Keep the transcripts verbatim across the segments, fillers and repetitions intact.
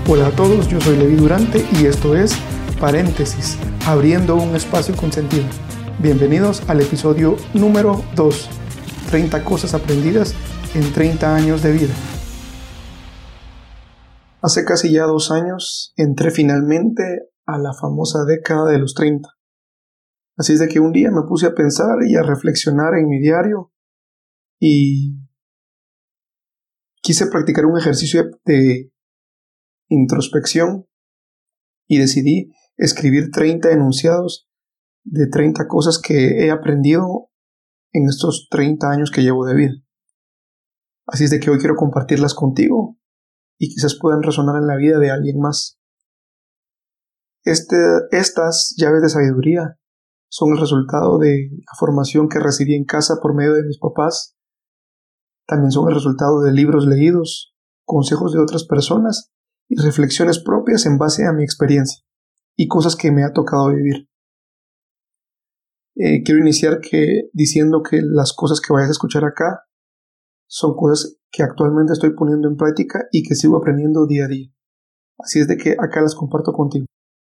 Hola a todos, yo soy Levi Durante y esto es Paréntesis, abriendo un espacio con sentido. Bienvenidos al episodio número dos, treinta cosas aprendidas en treinta años de vida. Hace casi ya dos años entré finalmente a la famosa década de los treinta. Así es de que un día me puse a pensar y a reflexionar en mi diario y quise practicar un ejercicio de introspección y decidí escribir treinta enunciados de treinta cosas que he aprendido en estos treinta años que llevo de vida. Así es de que hoy quiero compartirlas contigo y quizás puedan resonar en la vida de alguien más. Este, estas llaves de sabiduría son el resultado de la formación que recibí en casa por medio de mis papás. También son el resultado de libros leídos, consejos de otras personas y reflexiones propias en base a mi experiencia y cosas que me ha tocado vivir. Eh, quiero iniciar que, diciendo que las cosas que vayas a escuchar acá son cosas que actualmente estoy poniendo en práctica y que sigo aprendiendo día a día. Así es de que acá las comparto contigo.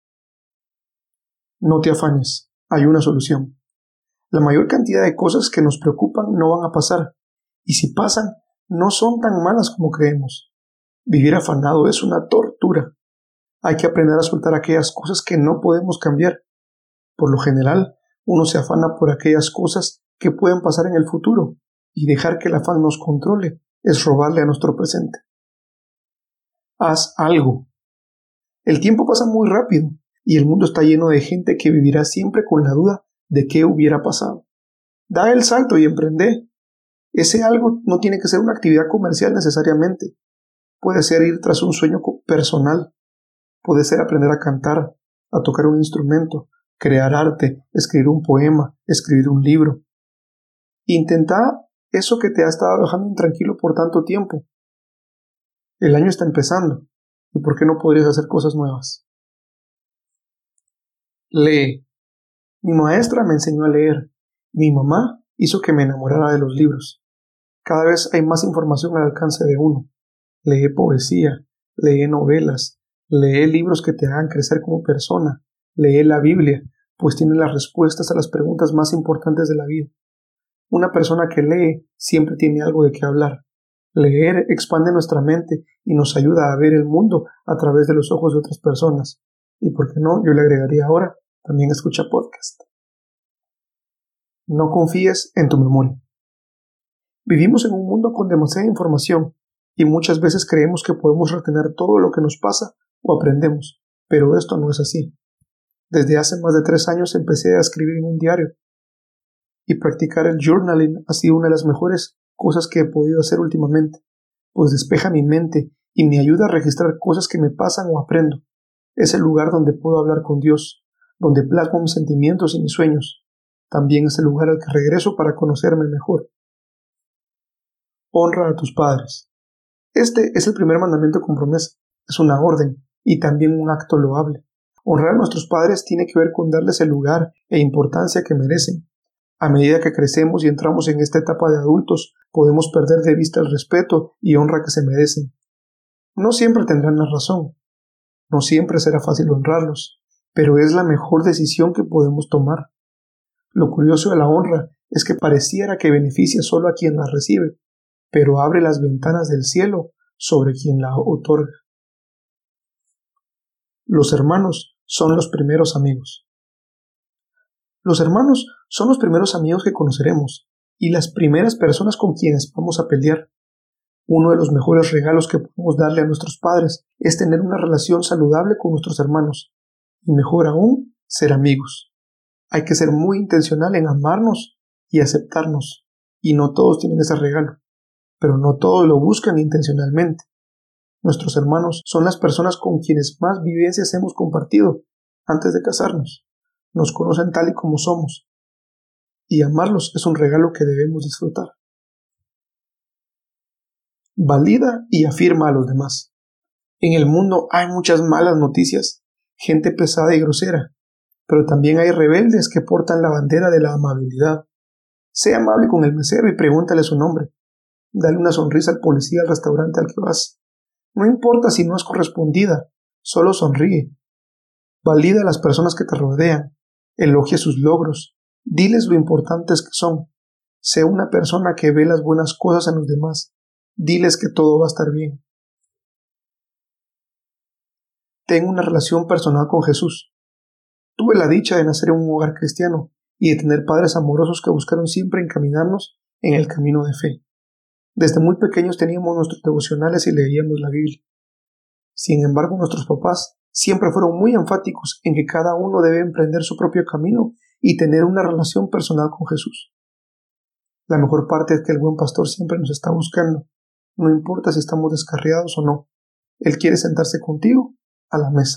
No te afanes, hay una solución. La mayor cantidad de cosas que nos preocupan no van a pasar, y si pasan, no son tan malas como creemos. Vivir afanado es una tortura. Hay que aprender a soltar aquellas cosas que no podemos cambiar. Por lo general, uno se afana por aquellas cosas que pueden pasar en el futuro, y dejar que el afán nos controle es robarle a nuestro presente. Haz algo. El tiempo pasa muy rápido, y el mundo está lleno de gente que vivirá siempre con la duda de qué hubiera pasado. Da el salto y emprende. Ese algo no tiene que ser una actividad comercial necesariamente. Puede ser ir tras un sueño personal. Puede ser aprender a cantar, a tocar un instrumento, crear arte, escribir un poema, escribir un libro. Intenta eso que te ha estado dejando intranquilo por tanto tiempo. El año está empezando. ¿Y por qué no podrías hacer cosas nuevas? Lee. Mi maestra me enseñó a leer. Mi mamá hizo que me enamorara de los libros. Cada vez hay más información al alcance de uno. Lee poesía, lee novelas, lee libros que te hagan crecer como persona, lee la Biblia, pues tiene las respuestas a las preguntas más importantes de la vida. Una persona que lee siempre tiene algo de qué hablar. Leer expande nuestra mente y nos ayuda a ver el mundo a través de los ojos de otras personas. Y por qué no, yo le agregaría ahora, también escucha podcast. No confíes en tu memoria. Vivimos en un mundo con demasiada información y muchas veces creemos que podemos retener todo lo que nos pasa o aprendemos, pero esto no es así. Desde hace más de tres años empecé a escribir en un diario y practicar el journaling ha sido una de las mejores cosas que he podido hacer últimamente, pues despeja mi mente y me ayuda a registrar cosas que me pasan o aprendo. Es el lugar donde puedo hablar con Dios, donde plasmo mis sentimientos y mis sueños. También es el lugar al que regreso para conocerme mejor. Honra a tus padres. Este es el primer mandamiento con promesa. Es una orden y también un acto loable. Honrar a nuestros padres tiene que ver con darles el lugar e importancia que merecen. A medida que crecemos y entramos en esta etapa de adultos, podemos perder de vista el respeto y honra que se merecen. No siempre tendrán la razón. No siempre será fácil honrarlos, pero es la mejor decisión que podemos tomar. Lo curioso de la honra es que pareciera que beneficia solo a quien la recibe, pero abre las ventanas del cielo sobre quien la otorga. Los hermanos son los primeros amigos. Los hermanos son los primeros amigos que conoceremos y las primeras personas con quienes vamos a pelear. Uno de los mejores regalos que podemos darle a nuestros padres es tener una relación saludable con nuestros hermanos y mejor aún, ser amigos. Hay que ser muy intencional en amarnos y aceptarnos y no todos tienen ese regalo. Pero no todos lo buscan intencionalmente. Nuestros hermanos son las personas con quienes más vivencias hemos compartido antes de casarnos. Nos conocen tal y como somos. Y amarlos es un regalo que debemos disfrutar. Valida y afirma a los demás. En el mundo hay muchas malas noticias, gente pesada y grosera, pero también hay rebeldes que portan la bandera de la amabilidad. Sé amable con el mesero y pregúntale su nombre. Dale una sonrisa al policía al restaurante al que vas. No importa si no es correspondida, solo sonríe. Valida a las personas que te rodean, elogia sus logros, diles lo importantes que son. Sé una persona que ve las buenas cosas en los demás, diles que todo va a estar bien. Ten una relación personal con Jesús. Tuve la dicha de nacer en un hogar cristiano y de tener padres amorosos que buscaron siempre encaminarnos en el camino de fe. Desde muy pequeños teníamos nuestros devocionales y leíamos la Biblia. Sin embargo, nuestros papás siempre fueron muy enfáticos en que cada uno debe emprender su propio camino y tener una relación personal con Jesús. La mejor parte es que el buen pastor siempre nos está buscando, no importa si estamos descarriados o no. Él quiere sentarse contigo a la mesa.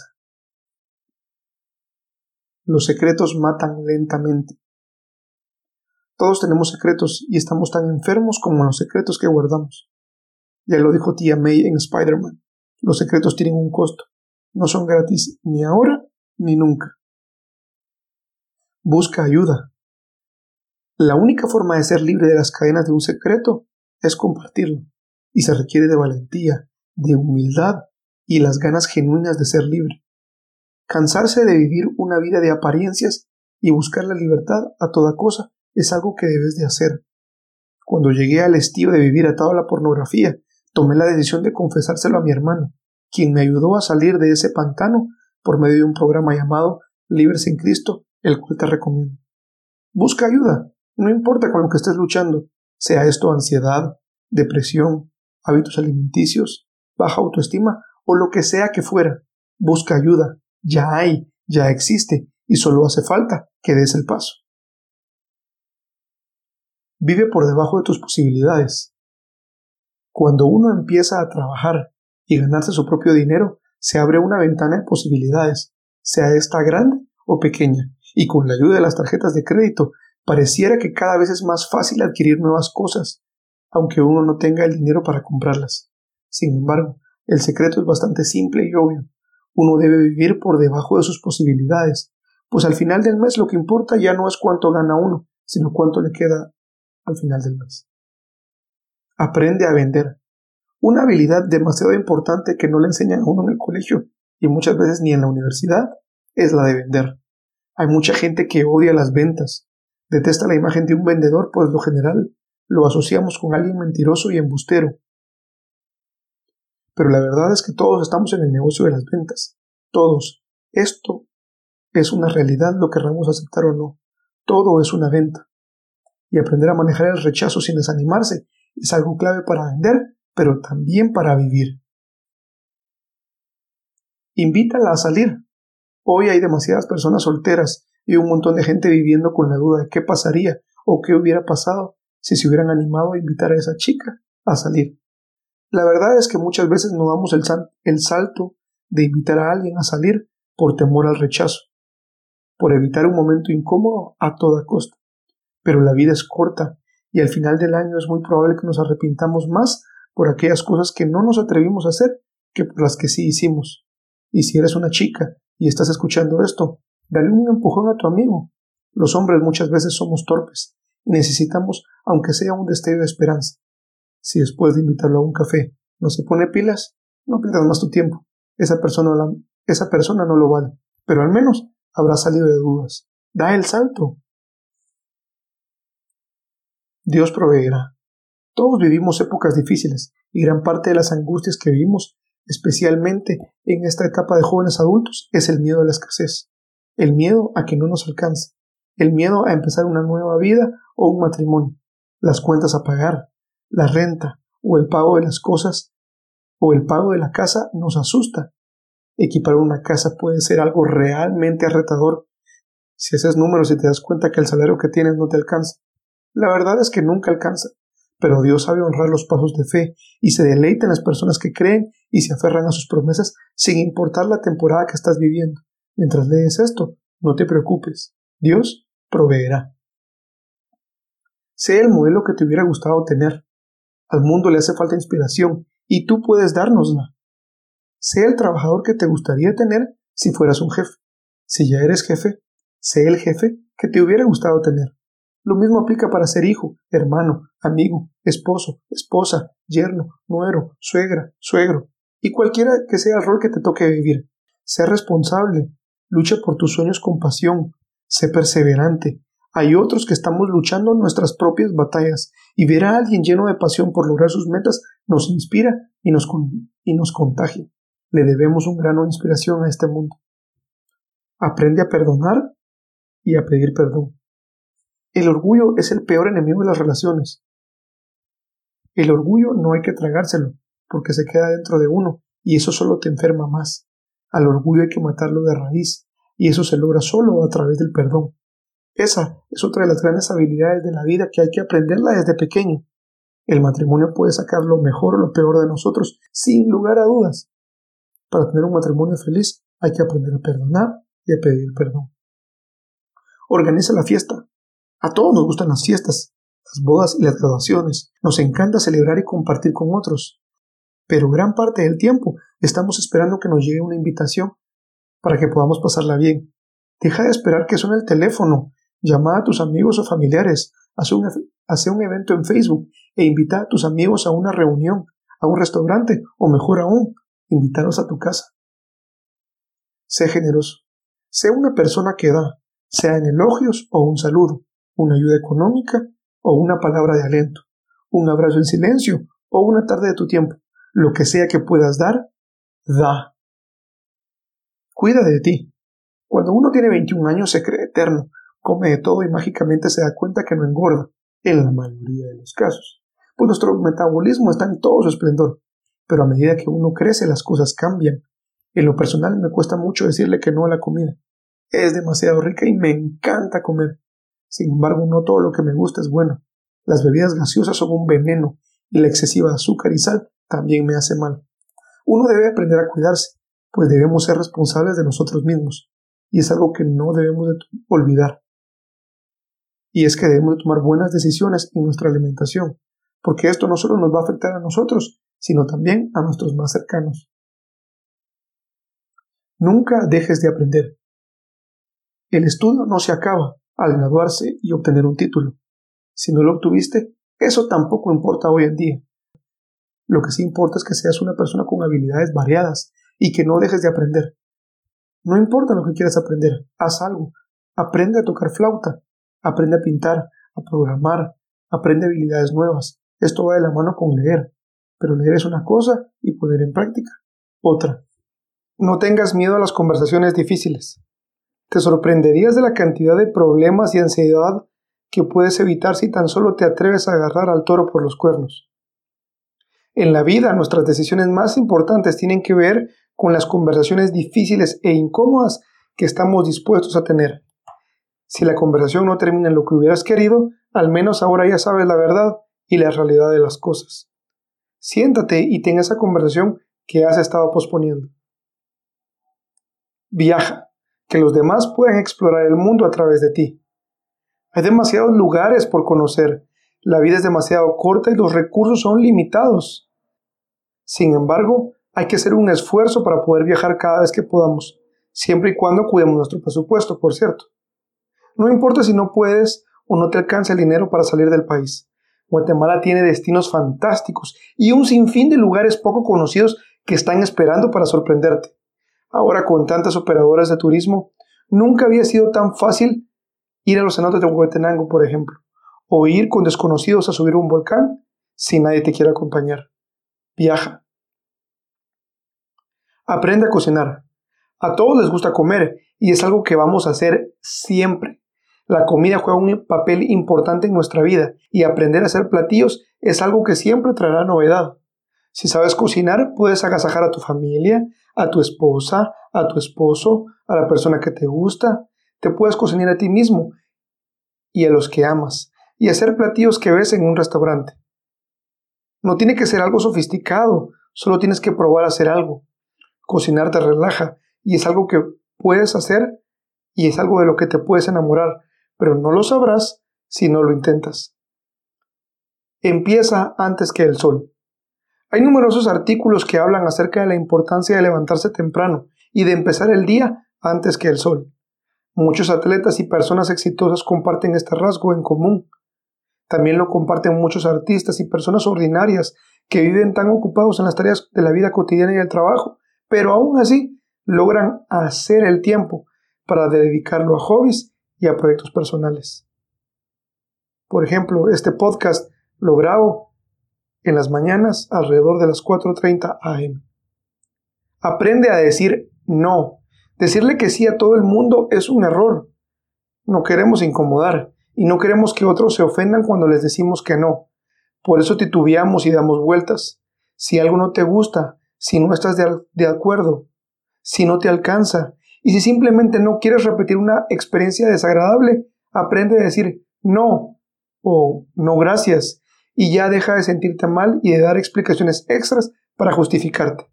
Los secretos matan lentamente. Todos tenemos secretos y estamos tan enfermos como los secretos que guardamos. Ya lo dijo tía May en Spider-Man. Los secretos tienen un costo. No son gratis ni ahora ni nunca. Busca ayuda. La única forma de ser libre de las cadenas de un secreto es compartirlo. Y se requiere de valentía, de humildad y las ganas genuinas de ser libre. Cansarse de vivir una vida de apariencias y buscar la libertad a toda cosa es algo que debes de hacer. Cuando llegué al estío de vivir atado a la pornografía, tomé la decisión de confesárselo a mi hermano, quien me ayudó a salir de ese pantano por medio de un programa llamado Libres en Cristo, el cual te recomiendo. Busca ayuda, no importa con lo que estés luchando, sea esto ansiedad, depresión, hábitos alimenticios, baja autoestima o lo que sea que fuera. Busca ayuda, ya hay, ya existe y solo hace falta que des el paso. Vive por debajo de tus posibilidades. Cuando uno empieza a trabajar y ganarse su propio dinero, se abre una ventana de posibilidades, sea esta grande o pequeña, y con la ayuda de las tarjetas de crédito, pareciera que cada vez es más fácil adquirir nuevas cosas, aunque uno no tenga el dinero para comprarlas. Sin embargo, el secreto es bastante simple y obvio. Uno debe vivir por debajo de sus posibilidades, pues al final del mes lo que importa ya no es cuánto gana uno, sino cuánto le queda al final del mes. Aprende a vender. Una habilidad demasiado importante que no le enseñan a uno en el colegio y muchas veces ni en la universidad es la de vender. Hay mucha gente que odia las ventas, detesta la imagen de un vendedor, pues lo general lo asociamos con alguien mentiroso y embustero. Pero la verdad es que todos estamos en el negocio de las ventas. Todos. Esto es una realidad, lo querramos aceptar o no. Todo es una venta. Y aprender a manejar el rechazo sin desanimarse es algo clave para vender, pero también para vivir. Invítala a salir. Hoy hay demasiadas personas solteras y un montón de gente viviendo con la duda de qué pasaría o qué hubiera pasado si se hubieran animado a invitar a esa chica a salir. La verdad es que muchas veces no damos el, sal- el salto de invitar a alguien a salir por temor al rechazo, por evitar un momento incómodo a toda costa. Pero la vida es corta y al final del año es muy probable que nos arrepintamos más por aquellas cosas que no nos atrevimos a hacer que por las que sí hicimos. Y si eres una chica y estás escuchando esto, dale un empujón a tu amigo. Los hombres muchas veces somos torpes y necesitamos, aunque sea un destello de esperanza. Si después de invitarlo a un café no se pone pilas, no pierdas más tu tiempo. Esa persona, la, esa persona no lo vale, pero al menos habrá salido de dudas. Da el salto. Dios proveerá. Todos vivimos épocas difíciles y gran parte de las angustias que vivimos, especialmente en esta etapa de jóvenes adultos, es el miedo a la escasez, el miedo a que no nos alcance, el miedo a empezar una nueva vida o un matrimonio, las cuentas a pagar, la renta o el pago de las cosas o el pago de la casa nos asusta. Equipar una casa puede ser algo realmente retador si haces números y te das cuenta que el salario que tienes no te alcanza. La verdad es que nunca alcanza, pero Dios sabe honrar los pasos de fe y se deleita en las personas que creen y se aferran a sus promesas sin importar la temporada que estás viviendo. Mientras lees esto, no te preocupes, Dios proveerá. Sé el modelo que te hubiera gustado tener. Al mundo le hace falta inspiración y tú puedes dárnosla. Sé el trabajador que te gustaría tener si fueras un jefe. Si ya eres jefe, sé el jefe que te hubiera gustado tener. Lo mismo aplica para ser hijo, hermano, amigo, esposo, esposa, yerno, nuero, suegra, suegro. y cualquiera que sea el rol que te toque vivir. Sé responsable, lucha por tus sueños con pasión, sé perseverante. Hay otros que estamos luchando nuestras propias batallas y ver a alguien lleno de pasión por lograr sus metas nos inspira y nos, y nos contagia. Le debemos un grano de inspiración a este mundo. Aprende a perdonar y a pedir perdón. El orgullo es el peor enemigo de las relaciones. El orgullo no hay que tragárselo, porque se queda dentro de uno, y eso solo te enferma más. Al orgullo hay que matarlo de raíz, y eso se logra solo a través del perdón. Esa es otra de las grandes habilidades de la vida que hay que aprenderla desde pequeño. El matrimonio puede sacar lo mejor o lo peor de nosotros, sin lugar a dudas. Para tener un matrimonio feliz hay que aprender a perdonar y a pedir perdón. Organiza la fiesta. A todos nos gustan las fiestas, las bodas y las graduaciones. Nos encanta celebrar y compartir con otros. Pero gran parte del tiempo estamos esperando que nos llegue una invitación para que podamos pasarla bien. Deja de esperar que suene el teléfono. Llama a tus amigos o familiares. Haz un, haz un evento en Facebook e invita a tus amigos a una reunión, a un restaurante o mejor aún, invítalos a tu casa. Sé generoso. Sé una persona que da, sea en elogios o un saludo, una ayuda económica o una palabra de aliento, un abrazo en silencio o una tarde de tu tiempo. Lo que sea que puedas dar, da. Cuida de ti. Cuando uno tiene veintiún años se cree eterno, come de todo y mágicamente se da cuenta que no engorda, en la mayoría de los casos. Pues nuestro metabolismo está en todo su esplendor, pero a medida que uno crece las cosas cambian. En lo personal me cuesta mucho decirle que no a la comida. Es demasiado rica y me encanta comer. Sin embargo, no todo lo que me gusta es bueno. Las bebidas gaseosas son un veneno y la excesiva azúcar y sal también me hace mal. Uno debe aprender a cuidarse, pues debemos ser responsables de nosotros mismos, y es algo que no debemos de olvidar. Y es que debemos de tomar buenas decisiones en nuestra alimentación, porque esto no solo nos va a afectar a nosotros, sino también a nuestros más cercanos. Nunca dejes de aprender. El estudio no se acaba al graduarse y obtener un título. Si no lo obtuviste, eso tampoco importa hoy en día. Lo que sí importa es que seas una persona con habilidades variadas y que no dejes de aprender. No importa lo que quieras aprender, haz algo. Aprende a tocar flauta, aprende a pintar, a programar, aprende habilidades nuevas. Esto va de la mano con leer, pero leer es una cosa y poner en práctica otra. No tengas miedo a las conversaciones difíciles. Te sorprenderías de la cantidad de problemas y ansiedad que puedes evitar si tan solo te atreves a agarrar al toro por los cuernos. En la vida, nuestras decisiones más importantes tienen que ver con las conversaciones difíciles e incómodas que estamos dispuestos a tener. Si la conversación no termina en lo que hubieras querido, al menos ahora ya sabes la verdad y la realidad de las cosas. Siéntate y ten esa conversación que has estado posponiendo. Viaja, que los demás puedan explorar el mundo a través de ti. Hay demasiados lugares por conocer, la vida es demasiado corta y los recursos son limitados. Sin embargo, hay que hacer un esfuerzo para poder viajar cada vez que podamos, siempre y cuando cuidemos nuestro presupuesto, por cierto. No importa si no puedes o no te alcanza el dinero para salir del país. Guatemala tiene destinos fantásticos y un sinfín de lugares poco conocidos que están esperando para sorprenderte. Ahora, con tantas operadoras de turismo, nunca había sido tan fácil ir a los cenotes de Huehuetenango, por ejemplo, o ir con desconocidos a subir un volcán si nadie te quiere acompañar. Viaja. Aprende a cocinar. A todos les gusta comer y es algo que vamos a hacer siempre. La comida juega un papel importante en nuestra vida y aprender a hacer platillos es algo que siempre traerá novedad. Si sabes cocinar, puedes agasajar a tu familia, a tu esposa, a tu esposo, a la persona que te gusta. Te puedes cocinar a ti mismo y a los que amas y hacer platillos que ves en un restaurante. No tiene que ser algo sofisticado, solo tienes que probar a hacer algo. Cocinar te relaja y es algo que puedes hacer y es algo de lo que te puedes enamorar, pero no lo sabrás si no lo intentas. Empieza antes que el sol. Hay numerosos artículos que hablan acerca de la importancia de levantarse temprano y de empezar el día antes que el sol. Muchos atletas y personas exitosas comparten este rasgo en común. También lo comparten muchos artistas y personas ordinarias que viven tan ocupados en las tareas de la vida cotidiana y del trabajo, pero aún así logran hacer el tiempo para dedicarlo a hobbies y a proyectos personales. Por ejemplo, este podcast lo grabo en las mañanas alrededor de las cuatro treinta a eme. Aprende a decir no. Decirle que sí a todo el mundo es un error. No queremos incomodar y no queremos que otros se ofendan cuando les decimos que no. Por eso titubeamos y damos vueltas. Si algo no te gusta, si no estás de, de acuerdo, si no te alcanza y si simplemente no quieres repetir una experiencia desagradable, aprende a decir no o no gracias y ya deja de sentirte mal y de dar explicaciones extras para justificarte.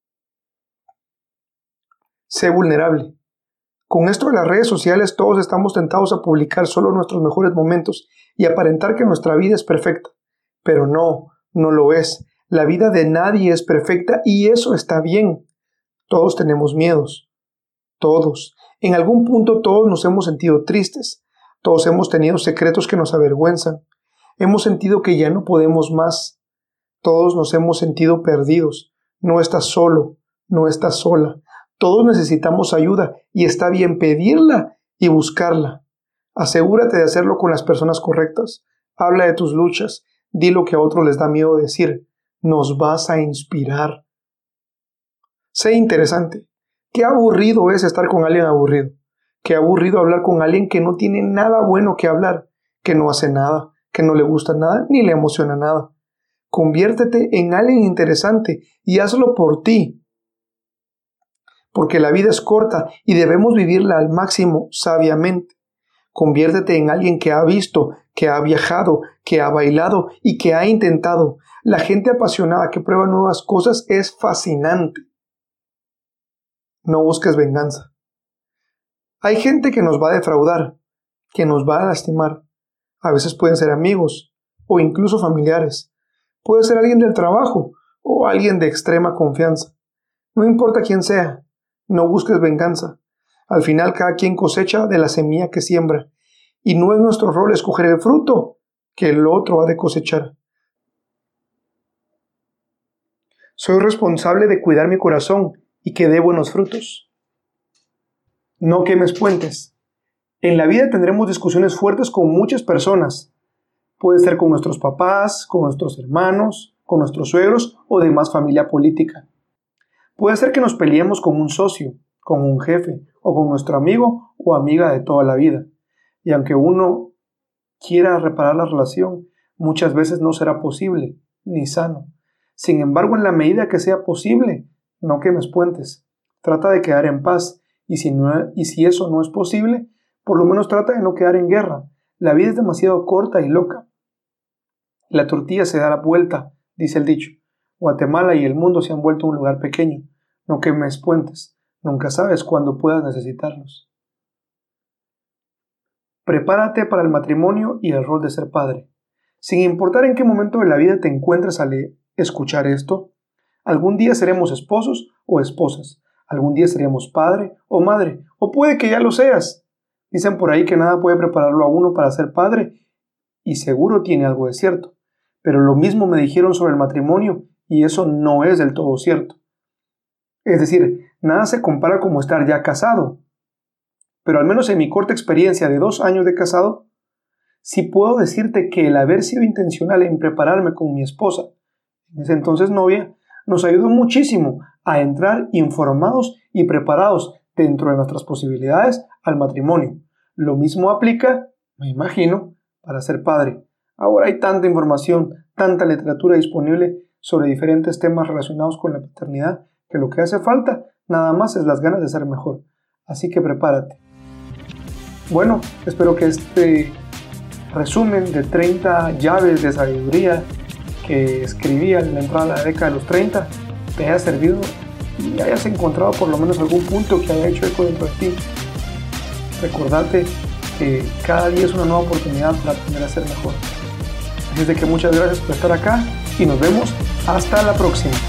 Sé vulnerable. Con esto de las redes sociales todos estamos tentados a publicar solo nuestros mejores momentos y aparentar que nuestra vida es perfecta. Pero no, no lo es. La vida de nadie es perfecta y eso está bien. Todos tenemos miedos. Todos. En algún punto todos nos hemos sentido tristes. Todos hemos tenido secretos que nos avergüenzan. Hemos sentido que ya no podemos más. Todos nos hemos sentido perdidos. No estás solo. No estás sola. Todos necesitamos ayuda y está bien pedirla y buscarla. Asegúrate de hacerlo con las personas correctas. Habla de tus luchas. Di lo que a otros les da miedo decir. Nos vas a inspirar. Sé interesante. Qué aburrido es estar con alguien aburrido. Qué aburrido hablar con alguien que no tiene nada bueno que hablar, que no hace nada, que no le gusta nada ni le emociona nada. Conviértete en alguien interesante y hazlo por ti. Porque la vida es corta y debemos vivirla al máximo sabiamente. Conviértete en alguien que ha visto, que ha viajado, que ha bailado y que ha intentado. La gente apasionada que prueba nuevas cosas es fascinante. No busques venganza. Hay gente que nos va a defraudar, que nos va a lastimar. A veces pueden ser amigos o incluso familiares. Puede ser alguien del trabajo o alguien de extrema confianza. No importa quién sea. No busques venganza. Al final cada quien cosecha de la semilla que siembra. Y no es nuestro rol escoger el fruto que el otro ha de cosechar. Soy responsable de cuidar mi corazón y que dé buenos frutos. No quemes puentes. En la vida tendremos discusiones fuertes con muchas personas. Puede ser con nuestros papás, con nuestros hermanos, con nuestros suegros o demás familia política. Puede ser que nos peleemos con un socio, con un jefe o con nuestro amigo o amiga de toda la vida. Y aunque uno quiera reparar la relación, muchas veces no será posible ni sano. Sin embargo, en la medida que sea posible, no quemes puentes. Trata de quedar en paz y si, no, y si eso no es posible, por lo menos trata de no quedar en guerra. La vida es demasiado corta y loca. La tortilla se da la vuelta, dice el dicho. Guatemala y el mundo se han vuelto un lugar pequeño. No quemes puentes. Nunca sabes cuándo puedas necesitarlos. Prepárate para el matrimonio y el rol de ser padre. Sin importar en qué momento de la vida te encuentres al escuchar esto, algún día seremos esposos o esposas. Algún día seremos padre o madre. O puede que ya lo seas. Dicen por ahí que nada puede prepararlo a uno para ser padre. Y seguro tiene algo de cierto. Pero lo mismo me dijeron sobre el matrimonio. Y eso no es del todo cierto. Es decir, nada se compara como estar ya casado. Pero al menos en mi corta experiencia de dos años de casado, sí puedo decirte que el haber sido intencional en prepararme con mi esposa, en ese entonces novia, nos ayudó muchísimo a entrar informados y preparados dentro de nuestras posibilidades al matrimonio. Lo mismo aplica, me imagino, para ser padre. Ahora hay tanta información, tanta literatura disponible sobre diferentes temas relacionados con la paternidad, que lo que hace falta nada más es las ganas de ser mejor. Así que prepárate. Bueno, espero que este resumen de treinta llaves de sabiduría que escribí en la entrada de la década de los treinta te haya servido y hayas encontrado por lo menos algún punto que haya hecho eco dentro de ti. Recordate que cada día es una nueva oportunidad para aprender a ser mejor. Así es de que muchas gracias por estar acá y nos vemos hasta la próxima.